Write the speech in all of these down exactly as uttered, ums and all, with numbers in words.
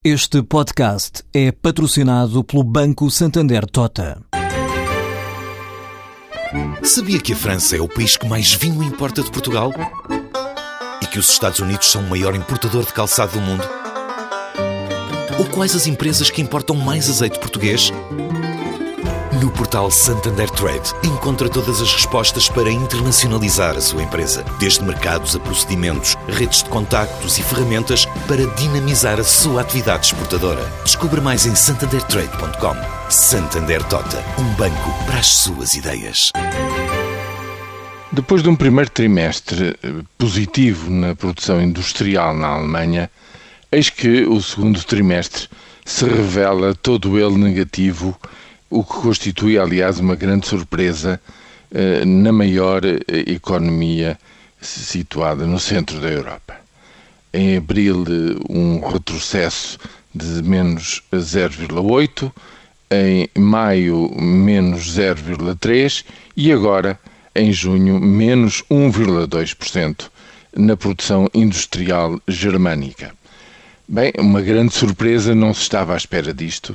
Este podcast é patrocinado pelo Banco Santander Tota. Sabia que a França é o país que mais vinho importa de Portugal? E que os Estados Unidos são o maior importador de calçado do mundo? Ou quais as empresas que importam mais azeite português? No portal Santander Trade, encontra todas as respostas para internacionalizar a sua empresa. Desde mercados a procedimentos, redes de contactos e ferramentas para dinamizar a sua atividade exportadora. Descubra mais em santander trade ponto com. Santander Tota, um banco para as suas ideias. Depois de um primeiro trimestre positivo na produção industrial na Alemanha, eis que o segundo trimestre se revela todo ele negativo, o que constitui, aliás, uma grande surpresa eh, na maior eh, economia situada no centro da Europa. Em abril, um retrocesso de menos zero vírgula oito, em maio, menos zero vírgula três e agora, em junho, menos um vírgula dois por cento na produção industrial germânica. Bem, uma grande surpresa, não se estava à espera disto.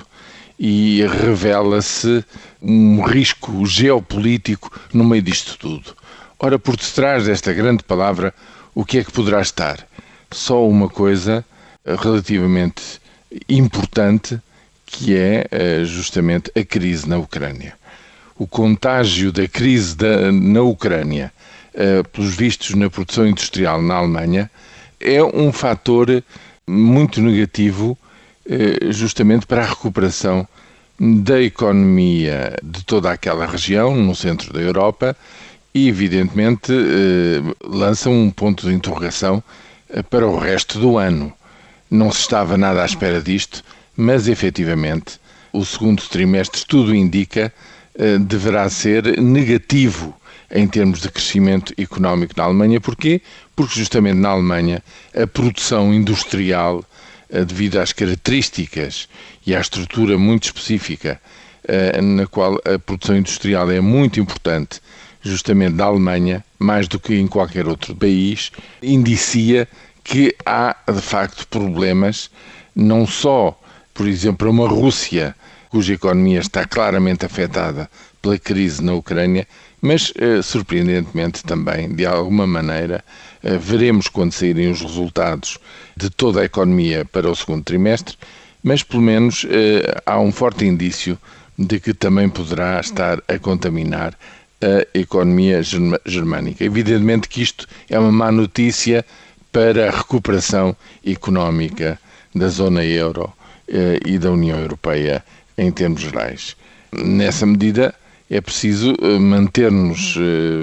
E revela-se um risco geopolítico no meio disto tudo. Ora, por detrás desta grande palavra, o que é que poderá estar? Só uma coisa relativamente importante, que é justamente a crise na Ucrânia. O contágio da crise da, na Ucrânia, pelos vistos na produção industrial na Alemanha, é um fator muito negativo justamente para a recuperação da economia de toda aquela região, no centro da Europa, e evidentemente lança um ponto de interrogação para o resto do ano. Não se estava nada à espera disto, mas efetivamente o segundo trimestre, tudo indica, deverá ser negativo em termos de crescimento económico na Alemanha. Porquê? Porque justamente na Alemanha a produção industrial, devido às características e à estrutura muito específica na qual a produção industrial é muito importante, justamente da Alemanha, mais do que em qualquer outro país, indicia que há, de facto, problemas, não só, por exemplo, uma Rússia, cuja economia está claramente afetada pela crise na Ucrânia, mas, surpreendentemente também, de alguma maneira, veremos quando saírem os resultados de toda a economia para o segundo trimestre, mas pelo menos há um forte indício de que também poderá estar a contaminar a economia germânica. Evidentemente que isto é uma má notícia para a recuperação económica da zona euro e da União Europeia em termos gerais. Nessa medida, é preciso manter-nos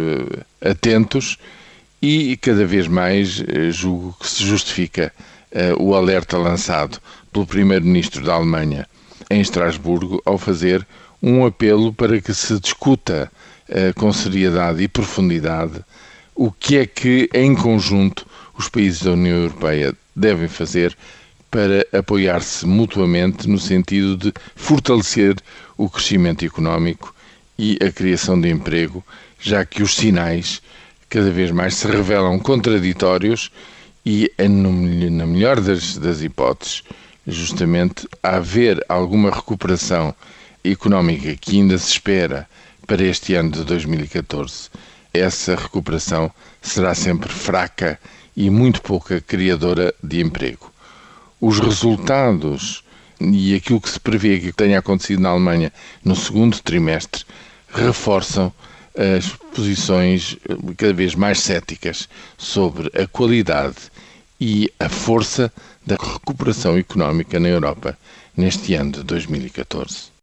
atentos e cada vez mais julgo que se justifica o alerta lançado pelo primeiro-ministro da Alemanha em Estrasburgo ao fazer um apelo para que se discuta com seriedade e profundidade o que é que, em conjunto, os países da União Europeia devem fazer para apoiar-se mutuamente no sentido de fortalecer o crescimento económico e a criação de emprego, já que os sinais cada vez mais se revelam contraditórios e, na melhor das, das hipóteses, justamente a haver alguma recuperação económica que ainda se espera para este ano de dois mil e catorze, essa recuperação será sempre fraca e muito pouca criadora de emprego. Os resultados e aquilo que se prevê que tenha acontecido na Alemanha no segundo trimestre reforçam as posições cada vez mais céticas sobre a qualidade e a força da recuperação económica na Europa neste ano de dois mil e catorze.